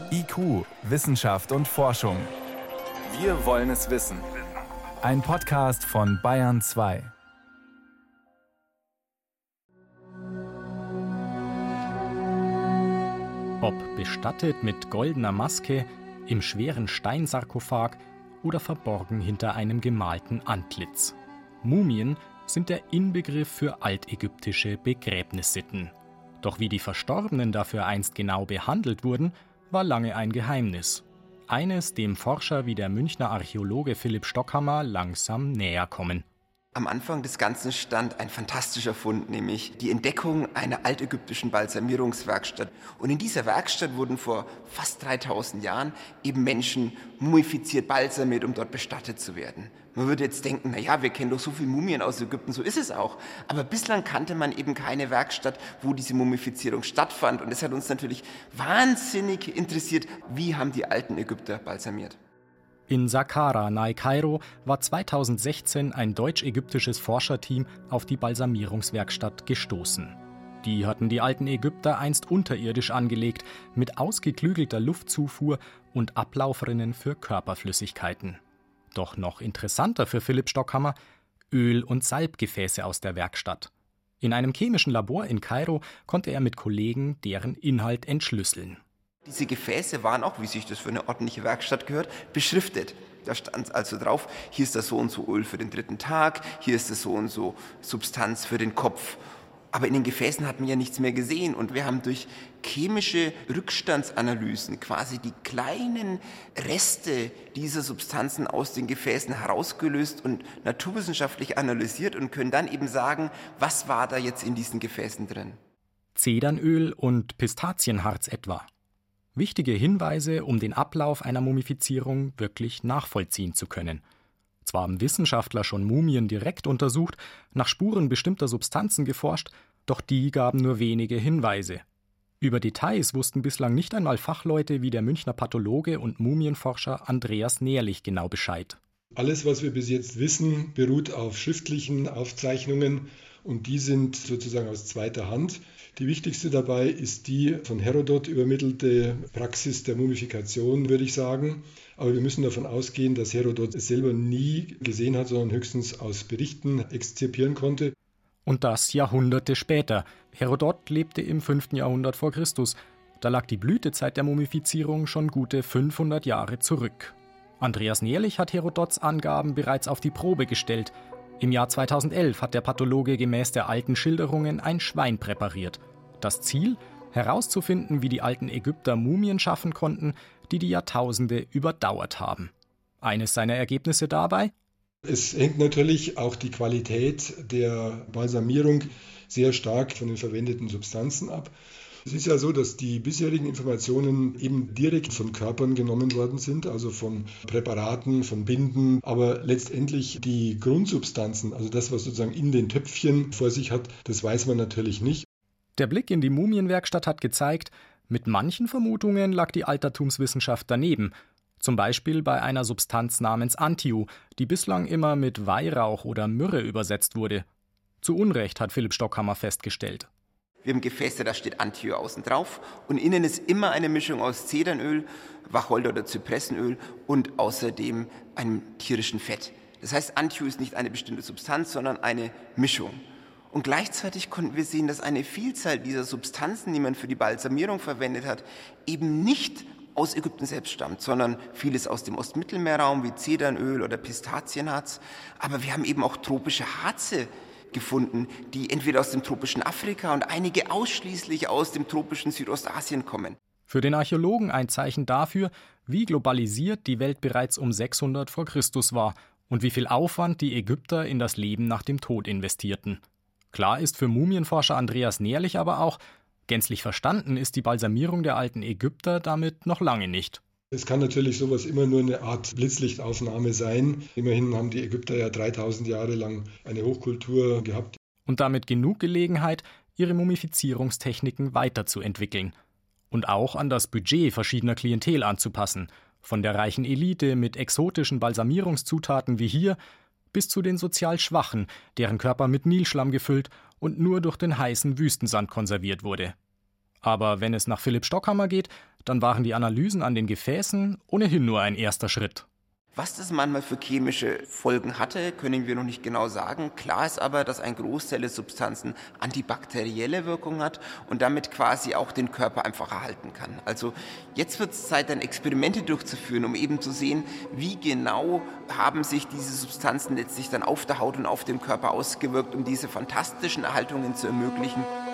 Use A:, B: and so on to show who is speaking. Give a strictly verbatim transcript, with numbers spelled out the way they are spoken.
A: I Q, Wissenschaft und Forschung. Wir wollen es wissen. Ein Podcast von Bayern zwei.
B: Ob bestattet mit goldener Maske, im schweren Steinsarkophag oder verborgen hinter einem gemalten Antlitz. Mumien sind der Inbegriff für altägyptische Begräbnissitten. Doch wie die Verstorbenen dafür einst genau behandelt wurden, war lange ein Geheimnis. Eines, dem Forscher wie der Münchner Archäologe Philipp Stockhammer langsam näher kommen.
C: Am Anfang des Ganzen stand ein fantastischer Fund, nämlich die Entdeckung einer altägyptischen Balsamierungswerkstatt. Und in dieser Werkstatt wurden vor fast dreitausend Jahren eben Menschen mumifiziert, balsamiert, um dort bestattet zu werden. Man würde jetzt denken, naja, wir kennen doch so viele Mumien aus Ägypten, so ist es auch. Aber bislang kannte man eben keine Werkstatt, wo diese Mumifizierung stattfand. Und es hat uns natürlich wahnsinnig interessiert, wie haben die alten Ägypter balsamiert.
B: In Saqqara nahe Kairo war zweitausendsechzehn ein deutsch-ägyptisches Forscherteam auf die Balsamierungswerkstatt gestoßen. Die hatten die alten Ägypter einst unterirdisch angelegt, mit ausgeklügelter Luftzufuhr und Ablaufrinnen für Körperflüssigkeiten. Doch noch interessanter für Philipp Stockhammer: Öl- und Salbgefäße aus der Werkstatt. In einem chemischen Labor in Kairo konnte er mit Kollegen deren Inhalt entschlüsseln.
C: Diese Gefäße waren auch, wie sich das für eine ordentliche Werkstatt gehört, beschriftet. Da stand also drauf, hier ist das so und so Öl für den dritten Tag, hier ist das so und so Substanz für den Kopf. Aber in den Gefäßen hat man ja nichts mehr gesehen und wir haben durch chemische Rückstandsanalysen quasi die kleinen Reste dieser Substanzen aus den Gefäßen herausgelöst und naturwissenschaftlich analysiert und können dann eben sagen, was war da jetzt in diesen Gefäßen drin.
B: Zedernöl und Pistazienharz etwa. Wichtige Hinweise, um den Ablauf einer Mumifizierung wirklich nachvollziehen zu können. Zwar haben Wissenschaftler schon Mumien direkt untersucht, nach Spuren bestimmter Substanzen geforscht, doch die gaben nur wenige Hinweise. Über Details wussten bislang nicht einmal Fachleute wie der Münchner Pathologe und Mumienforscher Andreas Nährlich genau Bescheid.
D: Alles, was wir bis jetzt wissen, beruht auf schriftlichen Aufzeichnungen und die sind sozusagen aus zweiter Hand. Die wichtigste dabei ist die von Herodot übermittelte Praxis der Mumifikation, würde ich sagen. Aber wir müssen davon ausgehen, dass Herodot es selber nie gesehen hat, sondern höchstens aus Berichten exzipieren konnte.
B: Und das Jahrhunderte später. Herodot lebte im fünften Jahrhundert vor Christus. Da lag die Blütezeit der Mumifizierung schon gute fünfhundert Jahre zurück. Andreas Nährlich hat Herodots Angaben bereits auf die Probe gestellt. Im Jahr zweitausendelf hat der Pathologe gemäß der alten Schilderungen ein Schwein präpariert. Das Ziel? Herauszufinden, wie die alten Ägypter Mumien schaffen konnten, die die Jahrtausende überdauert haben. Eines seiner Ergebnisse dabei?
D: Es hängt natürlich auch die Qualität der Balsamierung sehr stark von den verwendeten Substanzen ab. Es ist ja so, dass die bisherigen Informationen eben direkt von Körpern genommen worden sind, also von Präparaten, von Binden, aber letztendlich die Grundsubstanzen, also das, was sozusagen in den Töpfchen vor sich hat, das weiß man natürlich nicht.
B: Der Blick in die Mumienwerkstatt hat gezeigt, mit manchen Vermutungen lag die Altertumswissenschaft daneben. Zum Beispiel bei einer Substanz namens Antiu, die bislang immer mit Weihrauch oder Myrrhe übersetzt wurde. Zu Unrecht, hat Philipp Stockhammer festgestellt.
C: Wir haben Gefäße, da steht Antiu außen drauf und innen ist immer eine Mischung aus Zedernöl, Wacholder- oder Zypressenöl und außerdem einem tierischen Fett. Das heißt, Antiu ist nicht eine bestimmte Substanz, sondern eine Mischung. Und gleichzeitig konnten wir sehen, dass eine Vielzahl dieser Substanzen, die man für die Balsamierung verwendet hat, eben nicht aus Ägypten selbst stammt, sondern vieles aus dem Ostmittelmeerraum wie Zedernöl oder Pistazienharz. Aber wir haben eben auch tropische Harze gefunden, die entweder aus dem tropischen Afrika und einige ausschließlich aus dem tropischen Südostasien kommen.
B: Für den Archäologen ein Zeichen dafür, wie globalisiert die Welt bereits um sechshundert vor Christus war und wie viel Aufwand die Ägypter in das Leben nach dem Tod investierten. Klar ist für Mumienforscher Andreas Nährlich aber auch, gänzlich verstanden ist die Balsamierung der alten Ägypter damit noch lange nicht.
D: Es kann natürlich sowas immer nur eine Art Blitzlichtaufnahme sein. Immerhin haben die Ägypter ja dreitausend Jahre lang eine Hochkultur gehabt.
B: Und damit genug Gelegenheit, ihre Mumifizierungstechniken weiterzuentwickeln. Und auch an das Budget verschiedener Klientel anzupassen. Von der reichen Elite mit exotischen Balsamierungszutaten wie hier bis zu den sozial Schwachen, deren Körper mit Nilschlamm gefüllt und nur durch den heißen Wüstensand konserviert wurde. Aber wenn es nach Philipp Stockhammer geht, dann waren die Analysen an den Gefäßen ohnehin nur ein erster Schritt.
C: Was das manchmal für chemische Folgen hatte, können wir noch nicht genau sagen. Klar ist aber, dass ein Großteil der Substanzen antibakterielle Wirkung hat und damit quasi auch den Körper einfach erhalten kann. Also jetzt wird es Zeit, dann Experimente durchzuführen, um eben zu sehen, wie genau haben sich diese Substanzen letztlich dann auf der Haut und auf dem Körper ausgewirkt, um diese fantastischen Erhaltungen zu ermöglichen.